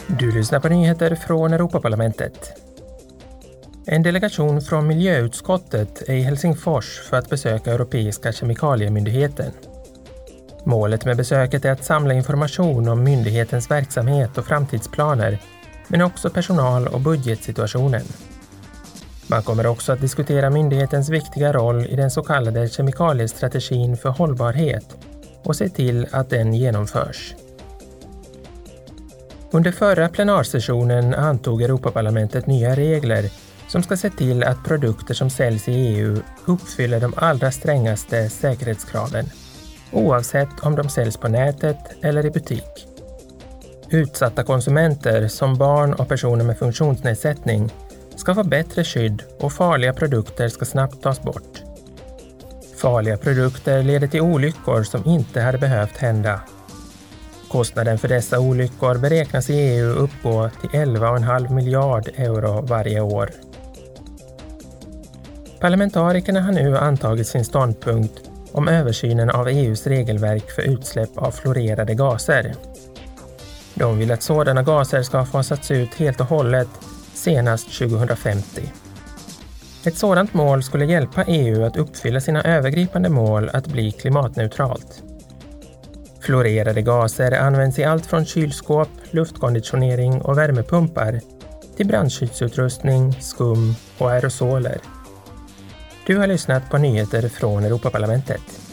Du lyssnar på nyheter från Europaparlamentet. En delegation från miljöutskottet är i Helsingfors för att besöka Europeiska kemikaliemyndigheten. Målet med besöket är att samla information om myndighetens verksamhet och framtidsplaner, men också personal- och budgetsituationen. Man kommer också att diskutera myndighetens viktiga roll i den så kallade kemikaliestrategin för hållbarhet och se till att den genomförs. Under förra plenarsessionen antog Europaparlamentet nya regler som ska se till att produkter som säljs i EU uppfyller de allra strängaste säkerhetskraven, oavsett om de säljs på nätet eller i butik. Utsatta konsumenter som barn och personer med funktionsnedsättning ska få bättre skydd och farliga produkter ska snabbt tas bort. Farliga produkter leder till olyckor som inte hade behövt hända. Kostnaden för dessa olyckor beräknas i EU uppgå till 11,5 miljard euro varje år. Parlamentarikerna har nu antagit sin ståndpunkt om översynen av EUs regelverk för utsläpp av fluorerade gaser. De vill att sådana gaser ska fasats ut helt och hållet senast 2050. Ett sådant mål skulle hjälpa EU att uppfylla sina övergripande mål att bli klimatneutralt. Fluorerade gaser används i allt från kylskåp, luftkonditionering och värmepumpar till brandskyddsutrustning, skum och aerosoler. Du har lyssnat på nyheter från Europaparlamentet.